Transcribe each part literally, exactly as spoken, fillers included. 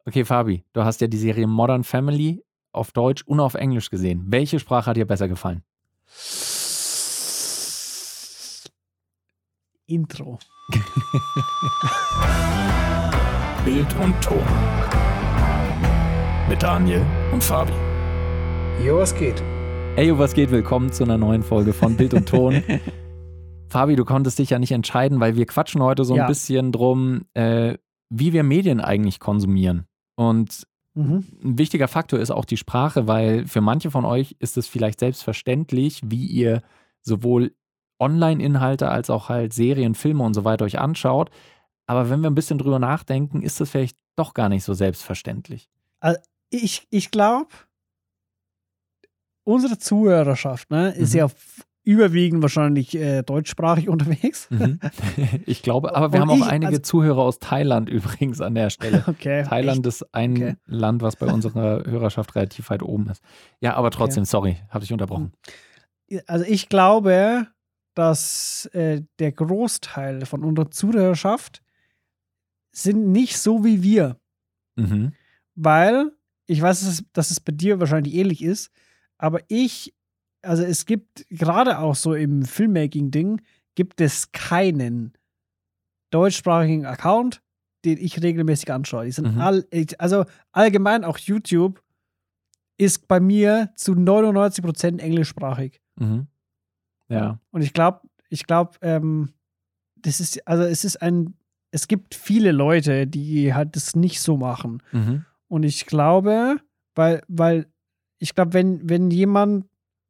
Okay, Fabi, du hast ja die Serie Modern Family auf Deutsch und auf Englisch gesehen. Welche Sprache hat dir besser gefallen? Intro. Bild und Ton. Mit Daniel und Fabi. Jo, was geht? Ey, was geht? Willkommen zu einer neuen Folge von Bild und Ton. Fabi, du konntest dich ja nicht entscheiden, weil wir quatschen heute so ein Ja. bisschen drum, äh, wie wir Medien eigentlich konsumieren. Und Mhm. ein wichtiger Faktor ist auch die Sprache, weil für manche von euch ist es vielleicht selbstverständlich, wie ihr sowohl Online-Inhalte als auch halt Serien, Filme und so weiter euch anschaut. Aber wenn wir ein bisschen drüber nachdenken, ist das vielleicht doch gar nicht so selbstverständlich. Also ich ich glaube, unsere Zuhörerschaft ne, ist Mhm. ja f- überwiegend wahrscheinlich äh, deutschsprachig unterwegs. Mhm. Ich glaube, aber wir Und haben auch ich- einige also- Zuhörer aus Thailand übrigens an der Stelle. Okay. Thailand ist ein Okay. Land, was bei unserer Hörerschaft relativ weit oben ist. Ja, aber trotzdem, sorry, habe dich unterbrochen. Echt? Also ich glaube, dass äh, der Großteil von unserer Zuhörerschaft sind nicht so wie wir. Mhm. Weil, ich weiß, dass es, dass es bei dir wahrscheinlich ähnlich ist, aber ich, also es gibt gerade auch so im Filmmaking-Ding, gibt es keinen deutschsprachigen Account, den ich regelmäßig anschaue. Die sind Mhm. all, also allgemein auch YouTube ist bei mir zu neunundneunzig Prozent englischsprachig. Mhm. Ja. Und ich glaube, ich glaube, ähm, das ist, also es ist ein, es gibt viele Leute, die halt das nicht so machen. Mhm. Und ich glaube, weil, weil, ich glaube, wenn, wenn jemand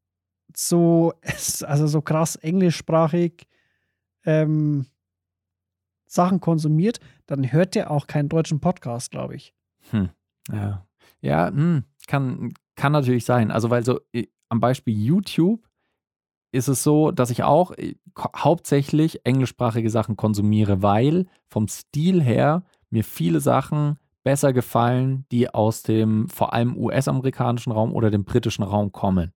so, also so krass englischsprachig ähm, Sachen konsumiert, dann hört der auch keinen deutschen Podcast, glaube ich. Hm. Ja, ja hm, kann, kann natürlich sein. Also, weil so äh, am Beispiel YouTube ist es so, dass ich auch äh, ko- hauptsächlich englischsprachige Sachen konsumiere, weil vom Stil her mir viele Sachen besser gefallen, die aus dem vor allem U S-amerikanischen Raum oder dem britischen Raum kommen.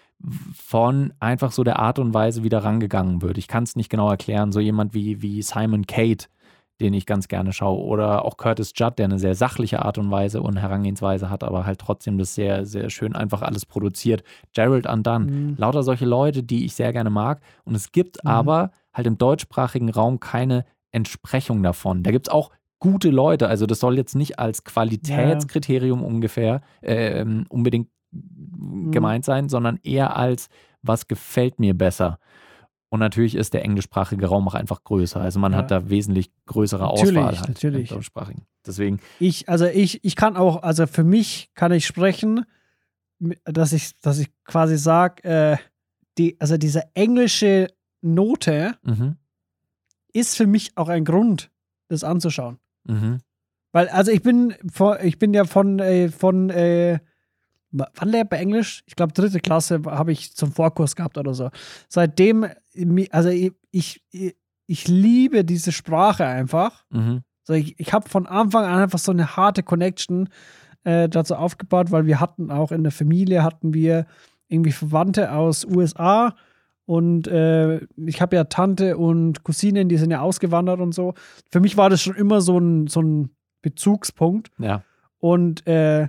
Von einfach so der Art und Weise, wie da rangegangen wird. Ich kann es nicht genau erklären. So jemand wie, wie Simon Cate, den ich ganz gerne schaue, oder auch Curtis Judd, der eine sehr sachliche Art und Weise und Herangehensweise hat, aber halt trotzdem das sehr, sehr schön einfach alles produziert. Gerald Undone, Mhm. lauter solche Leute, die ich sehr gerne mag. Und es gibt Mhm. aber halt im deutschsprachigen Raum keine Entsprechung davon. Da gibt es auch gute Leute, also das soll jetzt nicht als Qualitätskriterium ungefähr äh, unbedingt gemeint sein, sondern eher als, was gefällt mir besser. Und natürlich ist der englischsprachige Raum auch einfach größer. Also man Ja. hat da wesentlich größere Natürlich, Auswahl halt natürlich. im deutschsprachigen. Deswegen, Ich, also ich, ich kann auch, also für mich kann ich sprechen, mi- dass ich, dass ich quasi sage, äh, die, also diese englische Note mhm, ist für mich auch ein Grund, das anzuschauen. mhm, Weil, also ich bin, vor- ich bin ja von, äh, von, äh, wa- wann lernt bei Englisch? Ich glaube, dritte Klasse habe ich zum Vorkurs gehabt oder so. Seitdem, mi- also ich, ich, ich liebe diese Sprache einfach. mhm, So, ich ich habe von Anfang an einfach so eine harte Connection äh, dazu aufgebaut, weil wir hatten auch in der Familie, hatten wir irgendwie Verwandte aus U S A und äh, ich habe ja Tante und Cousinen, die sind ja ausgewandert und so. Für mich war das schon immer so ein, so ein Bezugspunkt. ja, Und äh,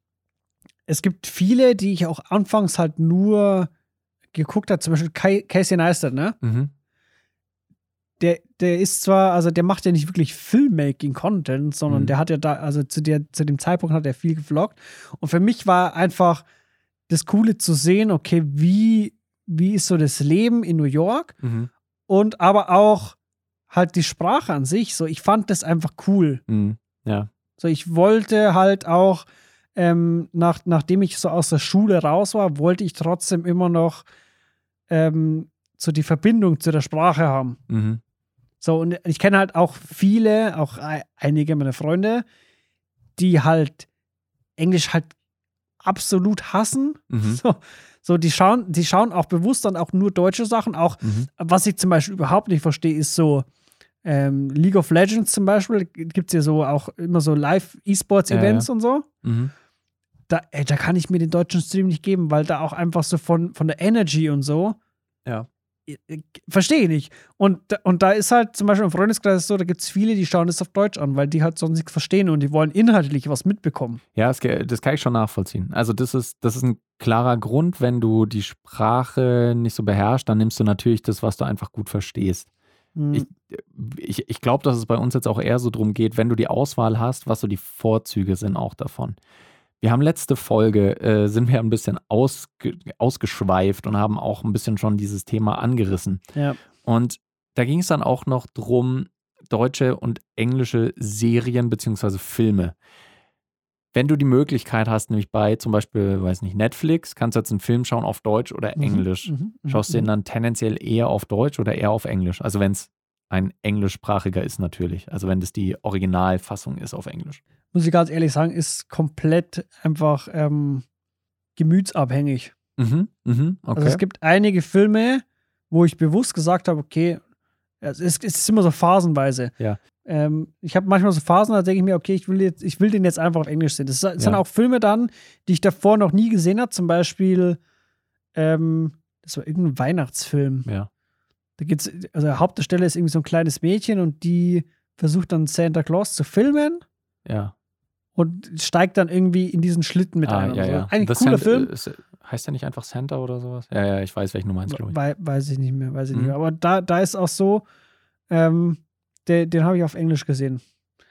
es gibt viele, die ich auch anfangs halt nur geguckt habe, zum Beispiel Kai- Casey Neistat, ne? mhm, Der, der ist zwar, also der macht ja nicht wirklich Filmmaking-Content, sondern Mhm. der hat ja da, also zu, der, zu dem Zeitpunkt hat er viel gevloggt. Und für mich war einfach das Coole zu sehen, okay, wie, wie ist so das Leben in New York mhm, und aber auch halt die Sprache an sich. So, ich fand das einfach cool. mhm, ja, So, ich wollte halt auch, ähm, nach, nachdem ich so aus der Schule raus war, wollte ich trotzdem immer noch ähm, so die Verbindung zu der Sprache haben. mhm, So, und ich kenne halt auch viele, auch ei- einige meiner Freunde, die halt Englisch halt absolut hassen. Mhm. So, so die schauen, die schauen auch bewusst dann auch nur deutsche Sachen. Auch, mhm, was ich zum Beispiel überhaupt nicht verstehe, ist so ähm, League of Legends zum Beispiel, gibt es ja so auch immer so Live-E-Sports-Events Ja, ja. und so. mhm, Da, ey, da kann ich mir den deutschen Stream nicht geben, weil da auch einfach so von, von der Energy und so, ja, verstehe ich nicht. Und, und da ist halt zum Beispiel im Freundeskreis so, da gibt es viele, die schauen das auf Deutsch an, weil die halt sonst nichts verstehen und die wollen inhaltlich was mitbekommen. Ja, das, das kann ich schon nachvollziehen. Also das ist, das ist ein klarer Grund, wenn du die Sprache nicht so beherrschst, dann nimmst du natürlich das, was du einfach gut verstehst. Hm. Ich, ich, ich glaube, dass es bei uns jetzt auch eher so drum geht, wenn du die Auswahl hast, was so die Vorzüge sind auch davon. Wir haben letzte Folge, äh, sind wir ein bisschen ausge, ausgeschweift und haben auch ein bisschen schon dieses Thema angerissen. Ja. Und da ging es dann auch noch drum, deutsche und englische Serien bzw. Filme. Wenn du die Möglichkeit hast, nämlich bei zum Beispiel, weiß nicht, Netflix, kannst du jetzt einen Film schauen auf Deutsch oder Mhm, Englisch. mhm, mhm, Schaust du den mhm. dann tendenziell eher auf Deutsch oder eher auf Englisch? Also wenn es ein englischsprachiger ist natürlich. Also wenn das die Originalfassung ist auf Englisch. Muss ich ganz ehrlich sagen, ist komplett einfach ähm, gemütsabhängig. Mhm, mhm, okay. Also es gibt einige Filme, wo ich bewusst gesagt habe, okay, es ist, es ist immer so phasenweise. Ja. Ähm, ich habe manchmal so Phasen, da denke ich mir, okay, ich will, jetzt, ich will den jetzt einfach auf Englisch sehen. Das sind Ja. auch Filme dann, die ich davor noch nie gesehen habe. Zum Beispiel, ähm, das war irgendein Weihnachtsfilm. Ja. Da geht's, also der Hauptdarsteller ist irgendwie so ein kleines Mädchen und die versucht dann Santa Claus zu filmen Ja. und steigt dann irgendwie in diesen Schlitten mit Ah, ein. ja, Also ja. Eigentlich The cooler Cent- Film. Ist, heißt der nicht einfach Santa oder sowas? Ja, ja, ich weiß, welchen du meinst, glaube ich. Wei- weiß ich nicht mehr, weiß ich Mhm. nicht mehr. Aber da, da ist auch so, ähm, den, den habe ich auf Englisch gesehen.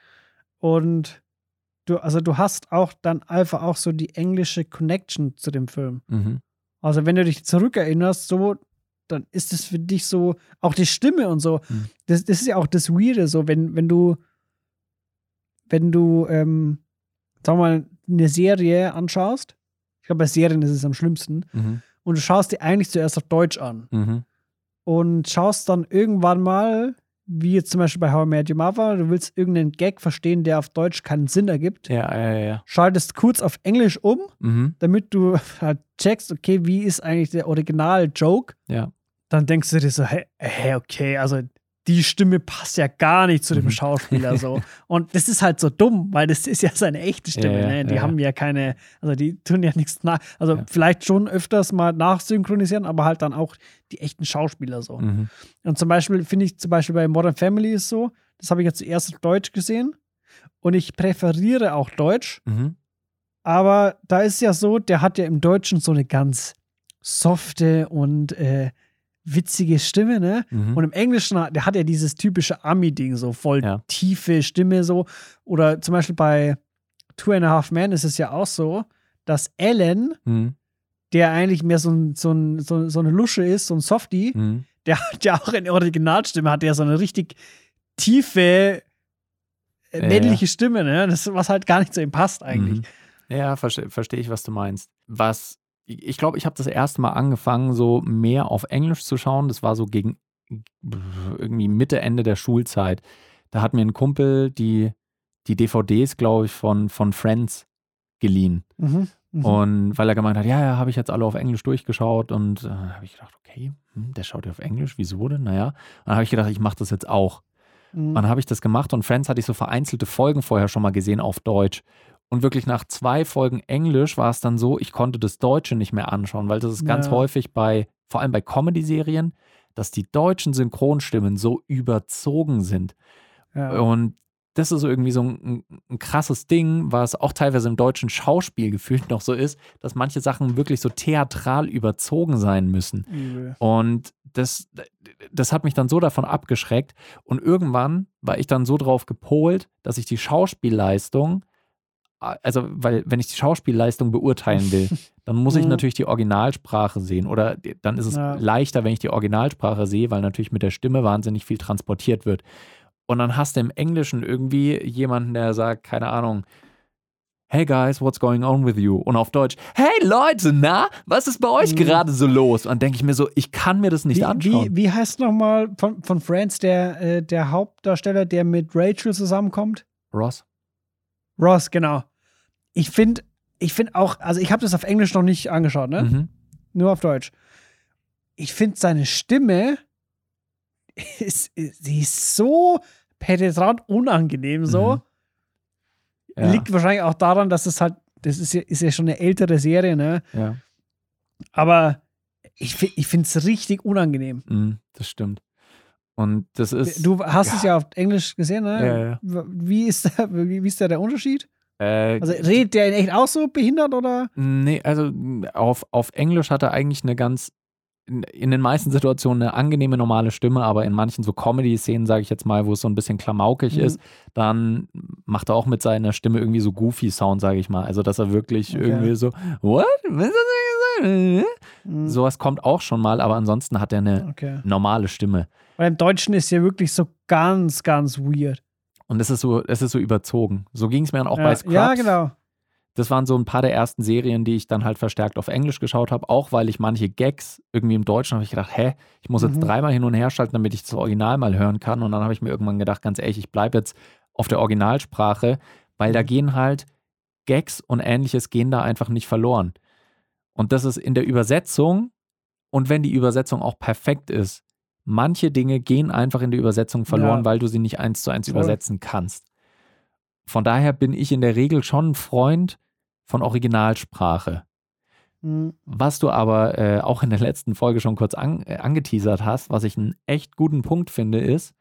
Und du, also du hast auch dann einfach auch so die englische Connection zu dem Film. Mhm. Also wenn du dich zurückerinnerst, so, dann ist es für dich so, auch die Stimme und so, Mhm. das, das ist ja auch das Weirde, so, wenn, wenn du, wenn du, ähm, sag mal, eine Serie anschaust, ich glaube, bei Serien ist es am schlimmsten, Mhm. und du schaust die eigentlich zuerst auf Deutsch an Mhm. und schaust dann irgendwann mal, wie jetzt zum Beispiel bei How I Met Your Mother, du willst irgendeinen Gag verstehen, der auf Deutsch keinen Sinn ergibt, Ja, ja, ja. schaltest kurz auf Englisch um, Mhm. damit du halt checkst, okay, wie ist eigentlich der Original-Joke? Ja. Dann denkst du dir so, hey, hey, okay, also die Stimme passt ja gar nicht zu dem Mhm. Schauspieler so. Und das ist halt so dumm, weil das ist ja seine echte Stimme. Ja, ja, ne? Die ja, haben ja keine, also die tun ja nichts nach, also Ja. vielleicht schon öfters mal nachsynchronisieren, aber halt dann auch die echten Schauspieler so. Mhm. Und zum Beispiel finde ich zum Beispiel bei Modern Family ist so, das habe ich jetzt zuerst auf Deutsch gesehen und ich präferiere auch Deutsch, Mhm. aber da ist ja so, der hat ja im Deutschen so eine ganz softe und äh, witzige Stimme, ne? Mhm. Und im Englischen, der hat ja dieses typische Ami-Ding, so voll Ja. tiefe Stimme so. Oder zum Beispiel bei Two and a Half Men ist es ja auch so, dass Ellen, Mhm. der eigentlich mehr so, ein, so, ein, so, so eine Lusche ist, so ein Softie, Mhm. der hat ja auch in der Originalstimme, hat ja so eine richtig tiefe äh, Ja, männliche Stimme, ne? Das, was halt gar nicht zu ihm passt eigentlich. Mhm. Ja, verstehe versteh ich, was du meinst. Was, ich glaube, ich habe das erste Mal angefangen, so mehr auf Englisch zu schauen. Das war so gegen irgendwie Mitte, Ende der Schulzeit. Da hat mir ein Kumpel die, die D V Ds, glaube ich, von, von Friends geliehen. Mhm. Mhm. Und weil er gemeint hat, ja, ja, habe ich jetzt alle auf Englisch durchgeschaut. Und äh, habe ich gedacht, okay, hm, der schaut ja auf Englisch, wieso denn? Naja. Dann habe ich gedacht, ich mache das jetzt auch. Mhm. Und dann habe ich das gemacht und Friends hatte ich so vereinzelte Folgen vorher schon mal gesehen auf Deutsch. Und wirklich nach zwei Folgen Englisch war es dann so, ich konnte das Deutsche nicht mehr anschauen, weil das ist ganz Ja. häufig bei, vor allem bei Comedy-Serien, dass die deutschen Synchronstimmen so überzogen sind. Ja. Und das ist irgendwie so ein, ein krasses Ding, was auch teilweise im deutschen Schauspiel gefühlt noch so ist, dass manche Sachen wirklich so theatral überzogen sein müssen. Übel. Und das, das hat mich dann so davon abgeschreckt. Und irgendwann war ich dann so drauf gepolt, dass ich die Schauspielleistung, also weil wenn ich die Schauspielleistung beurteilen will, dann muss ich Mhm. natürlich die Originalsprache sehen. Oder dann ist es Ja. leichter, wenn ich die Originalsprache sehe, weil natürlich mit der Stimme wahnsinnig viel transportiert wird. Und dann hast du im Englischen irgendwie jemanden, der sagt, keine Ahnung, hey guys, what's going on with you? Und auf Deutsch, hey Leute, na, was ist bei euch Mhm. gerade so los? Und dann denke ich mir so, ich kann mir das nicht Wie, anschauen. wie, wie heißt nochmal von, von Friends der, äh, der Hauptdarsteller, der mit Rachel zusammenkommt? Ross? Ross, genau. Ich finde ich find auch, also ich habe das auf Englisch noch nicht angeschaut, ne? Mhm. Nur auf Deutsch. Ich finde seine Stimme, ist, ist, sie ist so penetrant unangenehm so. Mhm. Ja, Liegt wahrscheinlich auch daran, dass es halt, das ist ja, ist ja schon eine ältere Serie, ne? ja. Aber Ich, fi- ich finde es richtig unangenehm. Mm, das stimmt. Und das ist. Du hast ja. es ja auf Englisch gesehen, ne? Ja, ja. Wie ist der, wie, wie ist da der Unterschied? Äh, Also redet der in echt auch so behindert oder? Nee, also auf, auf Englisch hat er eigentlich eine ganz, in, in den meisten Situationen eine angenehme, normale Stimme, aber in manchen so Comedy-Szenen, sage ich jetzt mal, wo es so ein bisschen klamaukig Mhm. ist, dann macht er auch mit seiner Stimme irgendwie so Goofy-Sound, sage ich mal. Also, dass er wirklich Okay. irgendwie so, what? Was hast du gesagt? Mhm. Sowas kommt auch schon mal, aber ansonsten hat er eine Okay. normale Stimme. Weil im Deutschen ist ja wirklich so ganz, ganz weird. Und es ist so, es ist so überzogen. So ging es mir dann auch ja, bei Scrubs. Ja, genau. Das waren so ein paar der ersten Serien, die ich dann halt verstärkt auf Englisch geschaut habe, auch weil ich manche Gags irgendwie im Deutschen habe ich gedacht, hä, ich muss jetzt Mhm. dreimal hin und her schalten, damit ich das Original mal hören kann. Und dann habe ich mir irgendwann gedacht, ganz ehrlich, ich bleibe jetzt auf der Originalsprache, weil da Mhm. gehen halt Gags und Ähnliches gehen da einfach nicht verloren. Und das ist in der Übersetzung, und wenn die Übersetzung auch perfekt ist, manche Dinge gehen einfach in der Übersetzung verloren, Ja. weil du sie nicht eins zu eins Voll. übersetzen kannst. Von daher bin ich in der Regel schon ein Freund von Originalsprache. Mhm. Was du aber äh, auch in der letzten Folge schon kurz an, äh, angeteasert hast, was ich einen echt guten Punkt finde, ist,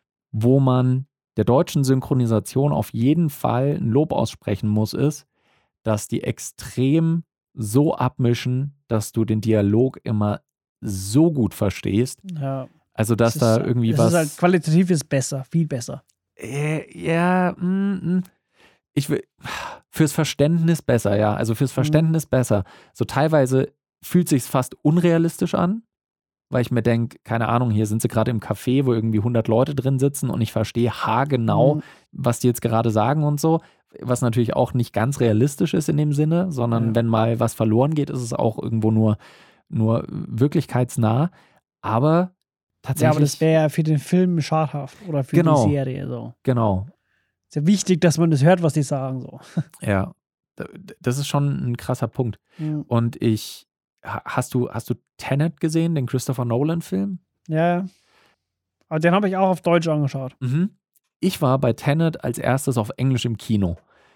wo man der deutschen Synchronisation auf jeden Fall ein Lob aussprechen muss, ist, dass die extrem so abmischen, dass du den Dialog immer so gut verstehst. Ja. Also, dass Es da ist, irgendwie es was. ist halt qualitativ ist besser, viel besser. Äh, ja, mm, mm. ich will fürs Verständnis besser, ja. Also fürs Verständnis Mhm. besser. So teilweise fühlt sich's fast unrealistisch an, weil ich mir denke, keine Ahnung, hier sind sie gerade im Café, wo irgendwie hundert Leute drin sitzen und ich verstehe haargenau, Mhm. was die jetzt gerade sagen und so. Was natürlich auch nicht ganz realistisch ist in dem Sinne, sondern Ja. wenn mal was verloren geht, ist es auch irgendwo nur, nur wirklichkeitsnah. Aber tatsächlich. Ja, aber das wäre ja für den Film schadhaft oder für Genau. die Serie so. Genau. Ist ja wichtig, dass man das hört, was die sagen so. Ja, d- d- das ist schon ein krasser Punkt. Mhm. Und ich, ha- hast du, hast du Tenet gesehen, den Christopher Nolan-Film? Ja. Aber den habe ich auch auf Deutsch angeschaut. Mhm. Ich war bei Tenet als erstes auf Englisch im Kino.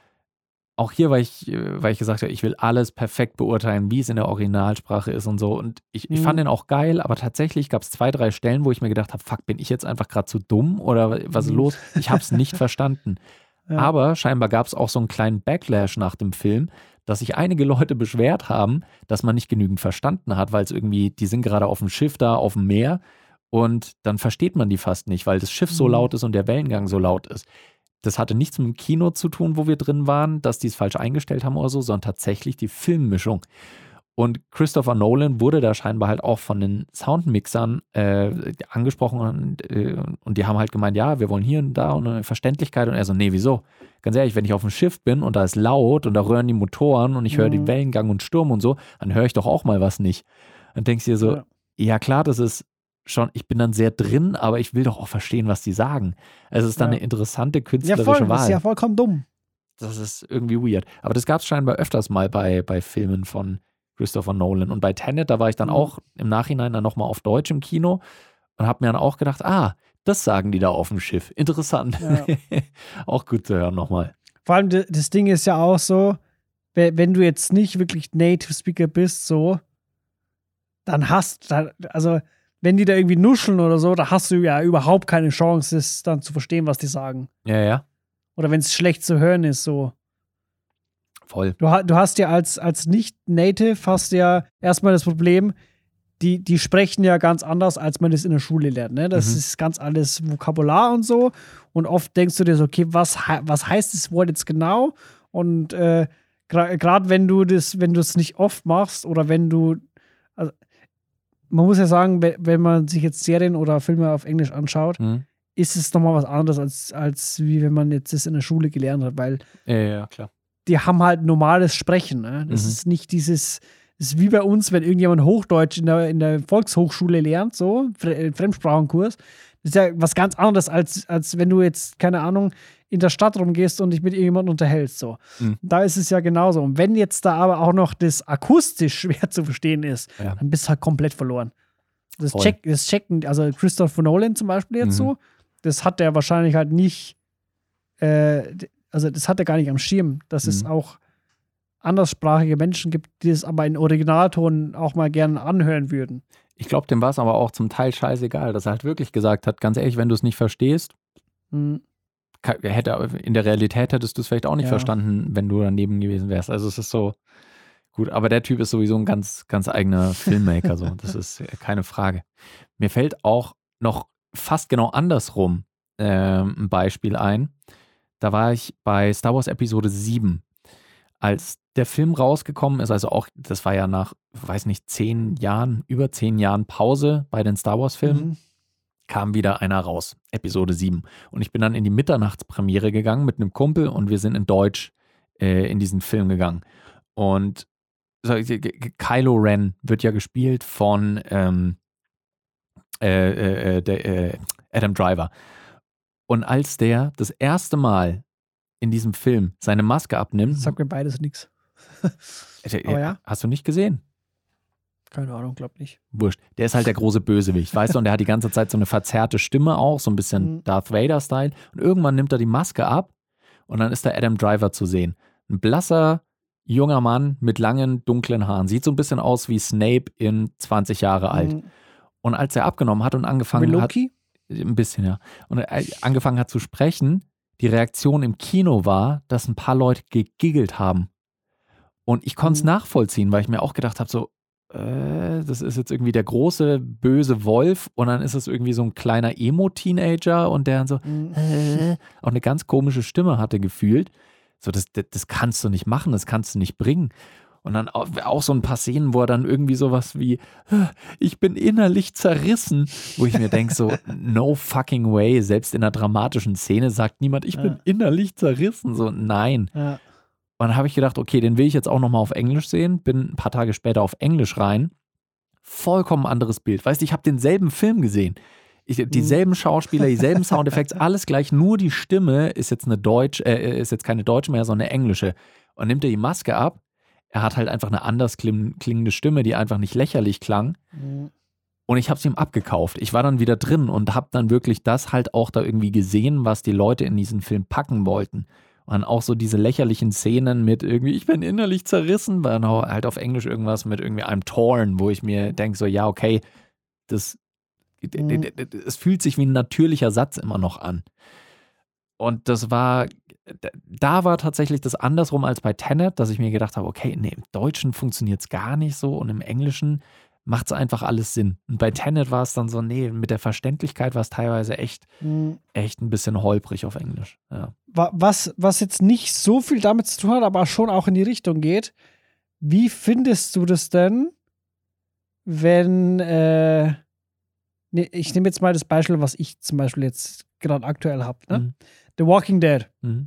Auch hier, weil ich, äh, weil ich gesagt habe, ich will alles perfekt beurteilen, wie es in der Originalsprache ist und so. Und ich, ich Mhm. fand den auch geil, aber tatsächlich gab es zwei, drei Stellen, wo ich mir gedacht habe, fuck, bin ich jetzt einfach gerade zu dumm oder was ist Mhm. los? Ich habe es nicht verstanden. Ja. Aber scheinbar gab es auch so einen kleinen Backlash nach dem Film, dass sich einige Leute beschwert haben, dass man nicht genügend verstanden hat, weil es irgendwie, die sind gerade auf dem Schiff da, auf dem Meer und dann versteht man die fast nicht, weil das Schiff so Mhm. laut ist und der Wellengang so laut ist. Das hatte nichts mit dem Kino zu tun, wo wir drin waren, dass die es falsch eingestellt haben oder so, sondern tatsächlich die Filmmischung. Und Christopher Nolan wurde da scheinbar halt auch von den Soundmixern äh, angesprochen und, äh, und die haben halt gemeint, ja, wir wollen hier und da und eine Verständlichkeit. Und er so, nee, wieso? Ganz ehrlich, wenn ich auf dem Schiff bin und da ist laut und da röhren die Motoren und ich höre Mhm. den Wellengang und Sturm und so, dann höre ich doch auch mal was nicht. Dann denkst du dir so, Ja. ja klar, das ist schon, ich bin dann sehr drin, aber ich will doch auch verstehen, was die sagen. Also es ist dann Ja. eine interessante Ja, künstlerische voll. Das Wahl. ist ja vollkommen dumm. Das ist irgendwie weird. Aber das gab es scheinbar öfters mal bei, bei Filmen von Christopher Nolan. Und bei Tenet, da war ich dann Mhm. auch im Nachhinein dann nochmal auf Deutsch im Kino und habe mir dann auch gedacht, ah, das sagen die da auf dem Schiff. Interessant. Ja. Auch gut zu hören nochmal. Vor allem, d- das Ding ist ja auch so, we- wenn du jetzt nicht wirklich Native Speaker bist, so, dann hast du, also, wenn die da irgendwie nuscheln oder so, da hast du ja überhaupt keine Chance, es dann zu verstehen, was die sagen. Ja, ja, Oder wenn es schlecht zu hören ist, so. voll. Du, ha- du hast ja als, als Nicht-Native hast ja erstmal das Problem, die, die sprechen ja ganz anders, als man das in der Schule lernt. Ne? Das Mhm. ist ganz alles Vokabular und so. Und oft denkst du dir so, okay, was, hei- was heißt das Wort jetzt genau? Und äh, gerade gra- wenn du das, wenn du es nicht oft machst oder wenn du, also, man muss ja sagen, we- wenn man sich jetzt Serien oder Filme auf Englisch anschaut, Mhm. ist es nochmal was anderes, als, als wie wenn man jetzt das in der Schule gelernt hat, weil Ja, ja, klar. die haben halt normales Sprechen. Ne? Das Mhm. ist nicht dieses, das ist wie bei uns, wenn irgendjemand Hochdeutsch in der, in der Volkshochschule lernt, so, Fre- äh, Fremdsprachenkurs. Das ist ja was ganz anderes, als, als wenn du jetzt, keine Ahnung, in der Stadt rumgehst und dich mit irgendjemandem unterhältst. So. Mhm. Da ist es ja genauso. Und wenn jetzt da aber auch noch das akustisch schwer zu verstehen ist, Ja. dann bist du halt komplett verloren. Das, Voll. check, das checken, also Christopher Nolan zum Beispiel jetzt Mhm. so, das hat er wahrscheinlich halt nicht, äh, d- also das hat er gar nicht am Schirm, dass es Mhm. auch anderssprachige Menschen gibt, die es aber in Originalton auch mal gerne anhören würden. Ich glaube, dem war es aber auch zum Teil scheißegal, dass er halt wirklich gesagt hat, ganz ehrlich, wenn du es nicht verstehst, Hm. ka- hätte, in der Realität hättest du es vielleicht auch nicht Ja. verstanden, wenn du daneben gewesen wärst. Also es ist so gut, aber der Typ ist sowieso ein ganz, ganz eigener Filmmaker, so. Das ist äh, keine Frage. Mir fällt auch noch fast genau andersrum ähm, ein Beispiel ein. Da war ich bei Star Wars Episode sieben. Als der Film rausgekommen ist, also auch, das war ja nach, weiß nicht, zehn Jahren, über zehn Jahren Pause bei den Star Wars Filmen, Mhm. kam wieder einer raus, Episode sieben. Und ich bin dann in die Mitternachtspremiere gegangen mit einem Kumpel und wir sind in Deutsch äh, in diesen Film gegangen. Und so, G- G- Kylo Ren wird ja gespielt von ähm, äh, äh, äh, der, äh, Adam Driver. Und als der das erste Mal in diesem Film seine Maske abnimmt, Sagt mir beides nichts. äh, aber ja. hast du nicht gesehen? Keine Ahnung, glaub nicht. Wurscht. Der ist halt der große Bösewicht, weißt du? Und der hat die ganze Zeit so eine verzerrte Stimme auch, so ein bisschen Mhm. Darth Vader-Style. Und irgendwann nimmt er die Maske ab und dann ist da Adam Driver zu sehen. Ein blasser, junger Mann mit langen, dunklen Haaren. Sieht so ein bisschen aus wie Snape in zwanzig Jahre alt. Mhm. Und als er abgenommen hat und Wie angefangen hat, Loki? ein bisschen, ja, und er angefangen hat zu sprechen, die Reaktion im Kino war, dass ein paar Leute gegiggelt haben. Und ich konnte es Mhm. nachvollziehen, weil ich mir auch gedacht habe, so, äh, das ist jetzt irgendwie der große, böse Wolf und dann ist es irgendwie so ein kleiner Emo-Teenager und der dann so, Mhm. äh, auch eine ganz komische Stimme hatte gefühlt. So, das, das, das kannst du nicht machen, das kannst du nicht bringen. Und dann auch, auch so ein paar Szenen, wo er dann irgendwie sowas wie, "Äh, ich bin innerlich zerrissen", wo ich mir denke, so, no fucking way, selbst in einer dramatischen Szene sagt niemand, ich bin Ja. innerlich zerrissen. So, nein. Ja. Und dann habe ich gedacht, okay, den will ich jetzt auch nochmal auf Englisch sehen. Bin ein paar Tage später auf Englisch rein. Vollkommen anderes Bild. Weißt du, ich habe denselben Film gesehen. Ich, dieselben Schauspieler, dieselben Soundeffekte, alles gleich. Nur die Stimme ist jetzt eine Deutsch, äh, ist jetzt keine deutsche mehr, sondern eine englische. Und nimmt er die Maske ab. Er hat halt einfach eine anders kling- klingende Stimme, die einfach nicht lächerlich klang. Mhm. Und ich habe es ihm abgekauft. Ich war dann wieder drin und habe dann wirklich das halt auch da irgendwie gesehen, was die Leute in diesen Film packen wollten. Und dann auch so diese lächerlichen Szenen mit irgendwie, ich bin innerlich zerrissen, weil dann auch halt auf Englisch irgendwas mit irgendwie I'm torn, wo ich mir denke so, ja, okay, das, Mhm. es fühlt sich wie ein natürlicher Satz immer noch an. Und das war, da war tatsächlich das andersrum als bei Tenet, dass ich mir gedacht habe, okay, nee, im Deutschen funktioniert es gar nicht so und im Englischen macht es einfach alles Sinn. Und bei Tenet war es dann so, nee, mit der Verständlichkeit war es teilweise echt, Mhm. echt ein bisschen holprig auf Englisch. Ja. Wa- Was, was jetzt nicht so viel damit zu tun hat, aber schon auch in die Richtung geht. Wie findest du das denn, wenn, äh, ne, ich nehme jetzt mal das Beispiel, was ich zum Beispiel jetzt gerade aktuell habe, ne? Mhm. The Walking Dead. Mhm.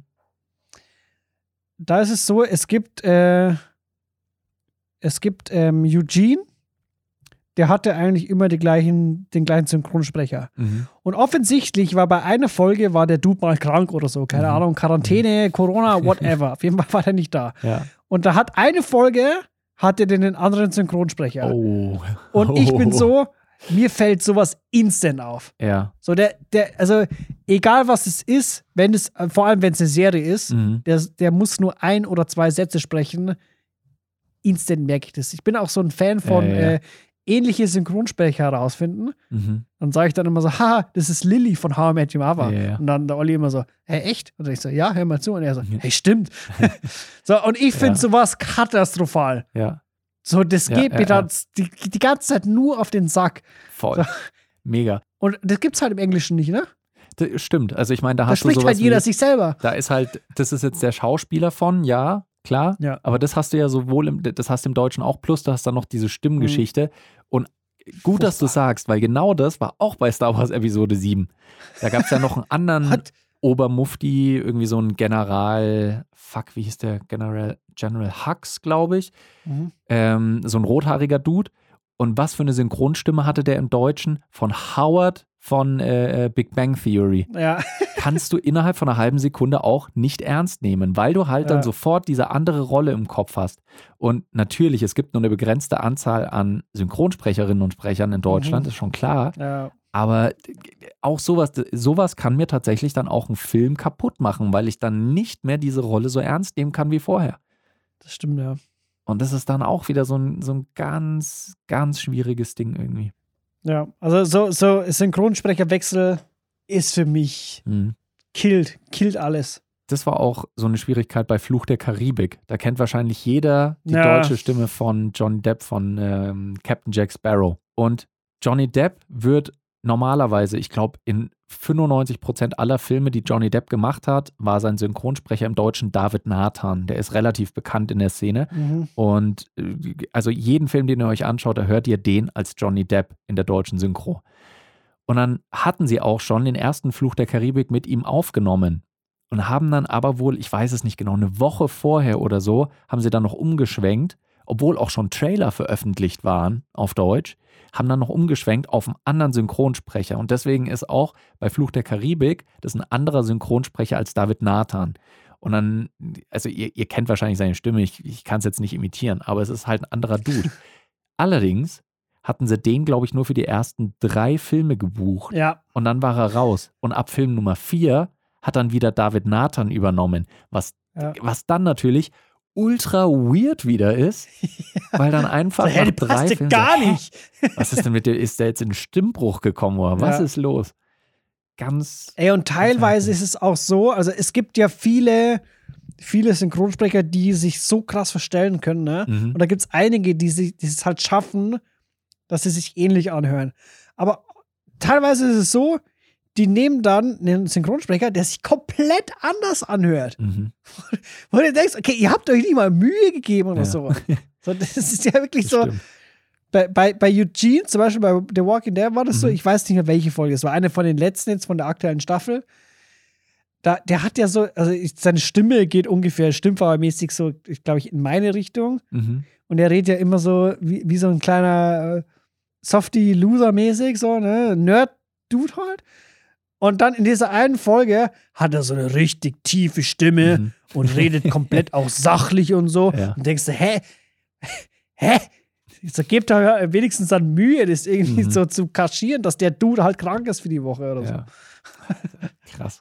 Da ist es so, es gibt, äh, es gibt ähm, Eugene, der hatte eigentlich immer die gleichen, den gleichen Synchronsprecher. Mhm. Und offensichtlich war bei einer Folge, war der Dude mal krank oder so, keine Mhm. Ahnung, Quarantäne, Corona, whatever. Auf jeden Fall war der nicht da. Ja. Und da hat eine Folge, hatte den einen anderen Synchronsprecher. Oh. Und ich bin Oh. so, mir fällt sowas instant auf. Ja. So der, der, also egal was es ist, wenn es, vor allem wenn es eine Serie ist, Mhm. der, der muss nur ein oder zwei Sätze sprechen. Instant merke ich das. Ich bin auch so ein Fan von Ja, ja, ja. Äh, ähnliche Synchronsprecher herausfinden. Mhm. Dann sage ich dann immer so, haha, das ist Lilly von How I Met Your Mother. Ja, ja. Und dann der Olli immer so, hä, echt? Und ich so, ja, hör mal zu. Und er so, hey, stimmt. So, und ich finde Ja. sowas katastrophal. Ja. So, das Ja, geht ja, mir ja. dann die, die ganze Zeit nur auf den Sack. Voll. Mega. Und das gibt's halt im Englischen nicht, ne? Das stimmt. Also ich meine, da Da hast du spricht sowas halt jeder wie, sich selber. da ist halt, das ist jetzt der Schauspieler von, ja, klar. Ja. Aber das hast du ja sowohl im, das hast du im Deutschen auch, plus du hast dann noch diese Stimmgeschichte. Und gut, dass du sagst, weil genau das war auch bei Star Wars Episode sieben. Da gab es ja noch einen anderen Hat- Obermufti, irgendwie so ein General, fuck, wie hieß der? General, General Hux, glaube ich. Mhm. Ähm, so ein rothaariger Dude. Und was für eine Synchronstimme hatte der im Deutschen? Von Howard von äh, Big Bang Theory. Ja. Kannst du innerhalb von einer halben Sekunde auch nicht ernst nehmen, weil du halt dann Ja. sofort diese andere Rolle im Kopf hast. Und natürlich, es gibt nur eine begrenzte Anzahl an Synchronsprecherinnen und Sprechern in Deutschland, Mhm. ist schon klar. Ja. Aber auch sowas, sowas kann mir tatsächlich dann auch einen Film kaputt machen, weil ich dann nicht mehr diese Rolle so ernst nehmen kann wie vorher. Das stimmt, ja. Und das ist dann auch wieder so ein, so ein ganz, ganz schwieriges Ding irgendwie. Ja, also so, so Synchronsprecherwechsel ist für mich Mhm. killt, killt alles. Das war auch so eine Schwierigkeit bei Fluch der Karibik. Da kennt wahrscheinlich jeder die Ja. deutsche Stimme von Johnny Depp, von ähm, Captain Jack Sparrow. Und Johnny Depp wird normalerweise, ich glaube, in fünfundneunzig Prozent aller Filme, die Johnny Depp gemacht hat, war sein Synchronsprecher im Deutschen David Nathan. Der ist relativ bekannt in der Szene. Mhm. Und äh, also jeden Film, den ihr euch anschaut, da hört ihr den als Johnny Depp in der deutschen Synchro. Und dann hatten sie auch schon den ersten Fluch der Karibik mit ihm aufgenommen. Und haben dann aber wohl, ich weiß es nicht genau, eine Woche vorher oder so, haben sie dann noch umgeschwenkt, obwohl auch schon Trailer veröffentlicht waren auf Deutsch, haben dann noch umgeschwenkt auf einen anderen Synchronsprecher. Und deswegen ist auch bei Fluch der Karibik das ein anderer Synchronsprecher als David Nathan. Und dann, also ihr, ihr kennt wahrscheinlich seine Stimme, ich, ich kann es jetzt nicht imitieren, aber es ist halt ein anderer Dude. Allerdings hatten sie den, glaube ich, nur für die ersten drei Filme gebucht. Ja. Und dann war er raus. Und ab Film Nummer vier hat dann wieder David Nathan übernommen, was, Ja. was dann natürlich ultra weird wieder ist, weil dann einfach So, hey, nach das drei passt ja Filmen gar so, hä? nicht. Was ist denn mit dir? Ist der jetzt in Stimmbruch gekommen oder was Ja. ist los? Ganz Ey, und teilweise ist es auch so, also es gibt ja viele, viele Synchronsprecher, die sich so krass verstellen können, ne? Mhm. Und da gibt es einige, die, sich, die es halt schaffen, dass sie sich ähnlich anhören. Aber teilweise ist es so, die nehmen dann einen Synchronsprecher, der sich komplett anders anhört. Mhm. Wo du denkst, okay, ihr habt euch nicht mal Mühe gegeben oder Ja. so. so. Das ist ja wirklich Das so. stimmt. Bei, bei, bei Eugene, zum Beispiel bei The Walking Dead, war das so, Mhm. ich weiß nicht mehr, welche Folge. Es war eine von den letzten jetzt von der aktuellen Staffel. Da, der hat ja so, also ich, seine Stimme geht ungefähr stimmfarbenmäßig so, ich glaube ich, in meine Richtung. Mhm. Und er redet ja immer so wie, wie so ein kleiner äh, Softie-Loser-mäßig, so, ne? Nerd-Dude halt. Und dann in dieser einen Folge hat er so eine richtig tiefe Stimme Mhm. und redet komplett auch sachlich und so. Ja. Und denkst du, hä? Hä? So, gebt da wenigstens dann Mühe, das irgendwie Mhm. so zu kaschieren, dass der Dude halt krank ist für die Woche oder so. Ja. Krass.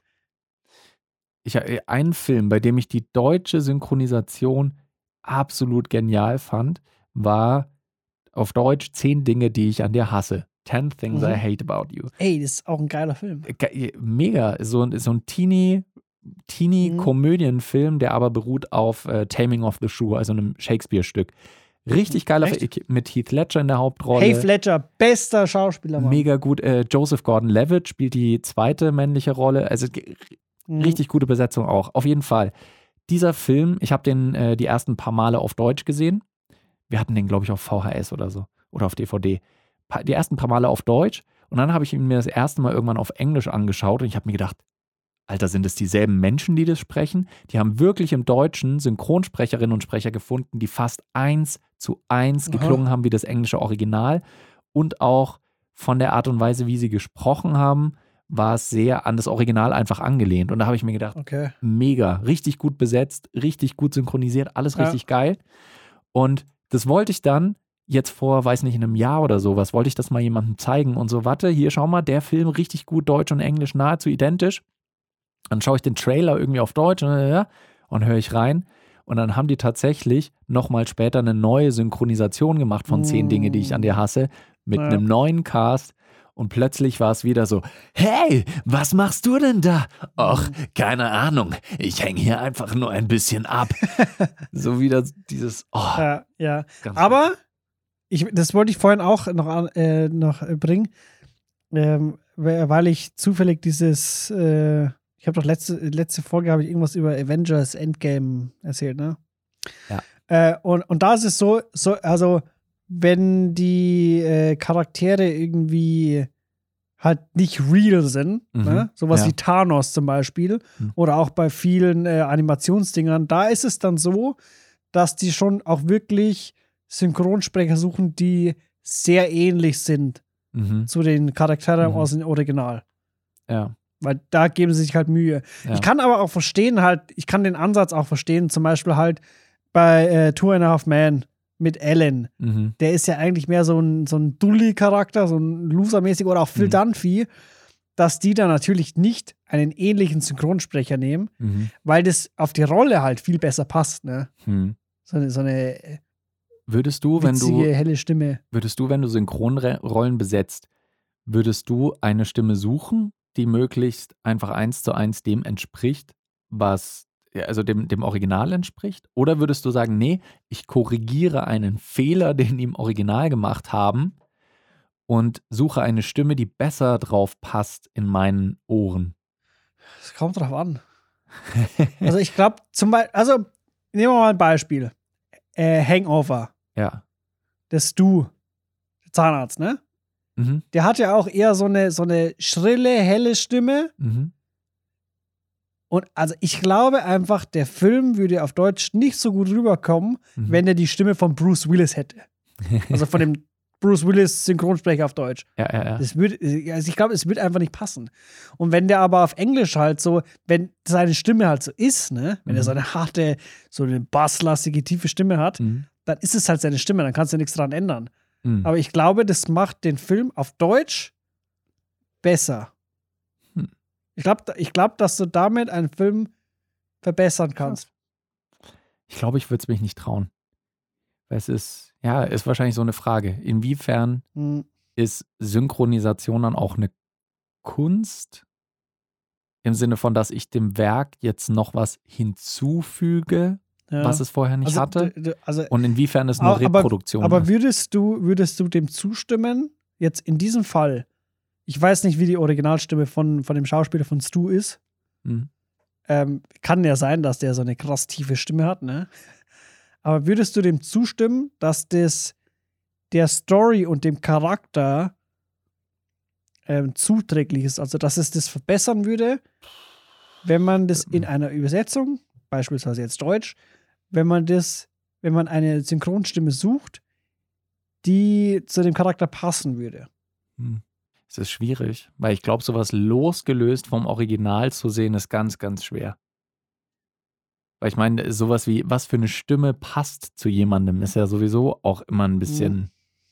Ich habe einen Film, bei dem ich die deutsche Synchronisation absolut genial fand, war auf Deutsch zehn Dinge, die ich an dir hasse. Ten Things Mhm. I Hate About You. Ey, das ist auch ein geiler Film. Ge- Mega. So, ein- so ein Teenie, Teenie-Komödienfilm, der aber beruht auf äh, Taming of the Shrew, also einem Shakespeare-Stück. Richtig geiler Echt? Film mit Heath Ledger in der Hauptrolle. Hey Fletcher, bester Schauspieler, Mann. Mega gut. Äh, Joseph Gordon-Levitt spielt die zweite männliche Rolle. Also ge- Mhm. richtig gute Besetzung auch. Auf jeden Fall. Dieser Film, ich habe den äh, die ersten paar Male auf Deutsch gesehen. Wir hatten den, glaube ich, auf V H S oder so. Oder auf D V D. Pa- Die ersten paar Male auf Deutsch. Und dann habe ich ihn mir das erste Mal irgendwann auf Englisch angeschaut. Und ich habe mir gedacht, Alter, sind es dieselben Menschen, die das sprechen? Die haben wirklich im Deutschen Synchronsprecherinnen und Sprecher gefunden, die fast eins zu eins Aha. geklungen haben wie das englische Original. Und auch von der Art und Weise, wie sie gesprochen haben, war es sehr an das Original einfach angelehnt. Und da habe ich mir gedacht, Okay. mega, richtig gut besetzt, richtig gut synchronisiert, alles Ja. richtig geil. Und das wollte ich dann jetzt vor, weiß nicht, in einem Jahr oder sowas, wollte ich das mal jemandem zeigen und so, warte, hier, schau mal, der Film richtig gut, Deutsch und Englisch nahezu identisch. Dann schaue ich den Trailer irgendwie auf Deutsch und, ja, und höre ich rein. Und dann haben die tatsächlich nochmal später eine neue Synchronisation gemacht von zehn Mm. Dinge, die ich an dir hasse, mit Ja. einem neuen Cast. Und plötzlich war es wieder so, hey, was machst du denn da? Och, keine Ahnung, ich hänge hier einfach nur ein bisschen ab. So wieder dieses, oh. Ja, ja. ganz Aber, ich, das wollte ich vorhin auch noch, an, äh, noch äh, bringen, ähm, weil weil ich zufällig dieses, äh, ich habe doch letzte, letzte Folge habe ich irgendwas über Avengers Endgame erzählt, ne? Ja. Äh, und, und da ist es so, so also wenn die äh, Charaktere irgendwie halt nicht real sind, Mhm, ne? Sowas ja. wie Thanos zum Beispiel, Mhm. oder auch bei vielen äh, Animationsdingern, da ist es dann so, dass die schon auch wirklich Synchronsprecher suchen, die sehr ähnlich sind Mhm. zu den Charakteren Mhm. aus dem Original. Ja, Weil da geben sie sich halt Mühe. ja. Ich kann aber auch verstehen, halt, ich kann den Ansatz auch verstehen, zum Beispiel halt bei äh, Two and a Half Men mit Ellen. Mhm. Der ist ja eigentlich mehr so ein, so ein Dulli-Charakter, so ein Loser-mäßig, oder auch Phil Mhm. Dunphy, dass die da natürlich nicht einen ähnlichen Synchronsprecher nehmen, Mhm. weil das auf die Rolle halt viel besser passt, ne? Mhm. So eine, so eine Würdest du, wenn witzige, du, helle Stimme. würdest du, wenn du Synchronrollen besetzt, würdest du eine Stimme suchen, die möglichst einfach eins zu eins dem entspricht, was, ja, also dem, dem Original entspricht? Oder würdest du sagen, nee, ich korrigiere einen Fehler, den die im Original gemacht haben und suche eine Stimme, die besser drauf passt in meinen Ohren? Es kommt drauf an. Also ich glaube, zum Beispiel, also nehmen wir mal ein Beispiel. Äh, Hangover. Ja. Das Stu, der Zahnarzt, ne? Mhm. Der hat ja auch eher so eine, so eine schrille, helle Stimme. Mhm. Und also ich glaube einfach, der Film würde auf Deutsch nicht so gut rüberkommen, Mhm. wenn er die Stimme von Bruce Willis hätte. Also von dem Bruce Willis Synchronsprecher auf Deutsch. Ja, ja, ja. Das würde, also ich glaube, es wird einfach nicht passen. Und wenn der aber auf Englisch halt so, wenn seine Stimme halt so ist, ne, wenn Mhm. er so eine harte, so eine basslastige, tiefe Stimme hat, Mhm. dann ist es halt seine Stimme, dann kannst du nichts dran ändern. Mhm. Aber ich glaube, das macht den Film auf Deutsch besser. Hm. Ich glaube, ich glaub, dass du damit einen Film verbessern kannst. Ich glaube, ich würde es mich nicht trauen. Weil es ist, ja, ist wahrscheinlich so eine Frage. Inwiefern Hm. ist Synchronisation dann auch eine Kunst? Im Sinne von, dass ich dem Werk jetzt noch was hinzufüge, Ja. was es vorher nicht also, hatte? d- d- Also, Und inwiefern es nur aber- Reproduktion aber ist? würdest du, würdest du dem zustimmen, jetzt in diesem Fall, ich weiß nicht, wie die Originalstimme von, von dem Schauspieler von Stu ist. Hm. Ähm, kann ja sein, dass der so eine krass tiefe Stimme hat, ne? Aber würdest du dem zustimmen, dass das der Story und dem Charakter ähm, zuträglich ist? Also, dass es das verbessern würde, wenn man das in einer Übersetzung, beispielsweise jetzt Deutsch, wenn man das, wenn man eine Synchronstimme sucht, die zu dem Charakter passen würde. Hm. Es ist schwierig, weil ich glaube, sowas losgelöst vom Original zu sehen, ist ganz, ganz schwer. Weil ich meine, sowas wie, was für eine Stimme passt zu jemandem, ist ja sowieso auch immer ein bisschen,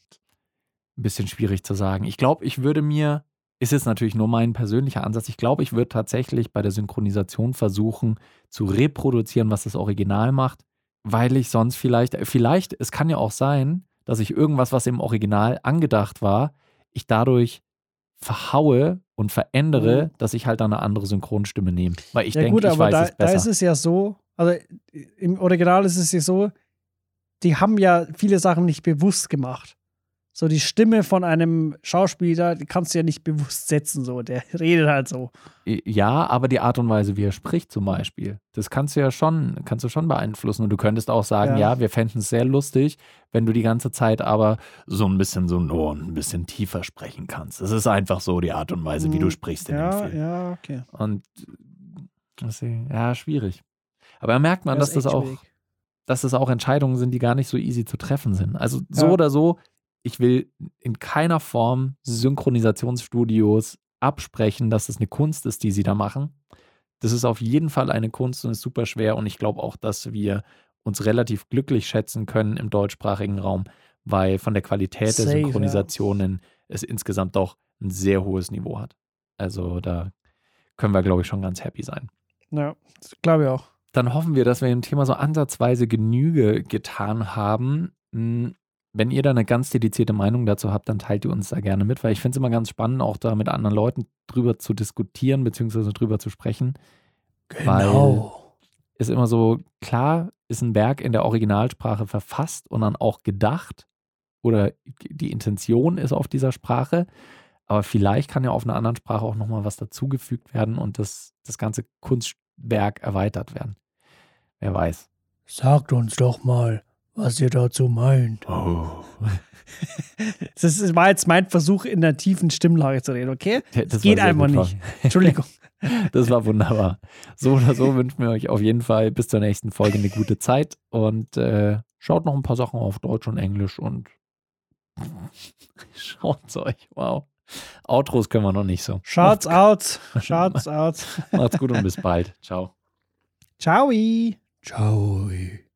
ein bisschen schwierig zu sagen. Ich glaube, ich würde mir, ist jetzt natürlich nur mein persönlicher Ansatz, ich glaube, ich würde tatsächlich bei der Synchronisation versuchen, zu reproduzieren, was das Original macht, weil ich sonst vielleicht, vielleicht, es kann ja auch sein, dass ich irgendwas, was im Original angedacht war, ich dadurch verhaue und verändere, Mhm. dass ich halt dann eine andere Synchronstimme nehme. Weil ich Ja, denke, gut, ich aber weiß da, es da besser. ist es ja so, also im Original ist es ja so, die haben ja viele Sachen nicht bewusst gemacht. So die Stimme von einem Schauspieler, die kannst du ja nicht bewusst setzen, so, der redet halt so. Ja, aber die Art und Weise, wie er spricht zum Beispiel, das kannst du ja schon, kannst du schon beeinflussen. Und du könntest auch sagen, Ja. ja, wir fänden es sehr lustig, wenn du die ganze Zeit aber so ein bisschen sonor und ein bisschen tiefer sprechen kannst. Es ist einfach so die Art und Weise, wie du sprichst in dem Ja, Film. ja, okay. Und deswegen, ja, schwierig. Aber da merkt man, Ja, dass ist das echt auch, schwierig. dass das auch Entscheidungen sind, die gar nicht so easy zu treffen sind. Also so Ja. oder so, ich will in keiner Form Synchronisationsstudios absprechen, dass es eine Kunst ist, die sie da machen. Das ist auf jeden Fall eine Kunst und ist super schwer. Und ich glaube auch, dass wir uns relativ glücklich schätzen können im deutschsprachigen Raum, weil von der Qualität der Safe, ja. Synchronisationen es insgesamt doch ein sehr hohes Niveau hat. Also da können wir, glaube ich, schon ganz happy sein. Ja, glaube ich auch. Dann hoffen wir, dass wir dem Thema so ansatzweise Genüge getan haben. Hm, Wenn ihr da eine ganz dedizierte Meinung dazu habt, dann teilt ihr uns da gerne mit, weil ich finde es immer ganz spannend, auch da mit anderen Leuten drüber zu diskutieren, beziehungsweise drüber zu sprechen. Weil ist immer so, klar ist ein Werk in der Originalsprache verfasst und dann auch gedacht oder die Intention ist auf dieser Sprache, aber vielleicht kann ja auf einer anderen Sprache auch nochmal was dazugefügt werden und das, das ganze Kunstwerk erweitert werden. Wer weiß. Sagt uns doch mal, was ihr dazu meint. Oh. Das war jetzt mein Versuch, in der tiefen Stimmlage zu reden, okay? Das Das geht war sehr einfach gut, nicht. Entschuldigung. Das war wunderbar. So oder so wünschen wir euch auf jeden Fall bis zur nächsten Folge eine gute Zeit und äh, schaut noch ein paar Sachen auf Deutsch und Englisch und schaut's euch. Wow. Outros können wir noch nicht so. Shouts out. Shouts out. Macht's gut und bis bald. Ciao. Ciao. Ciao.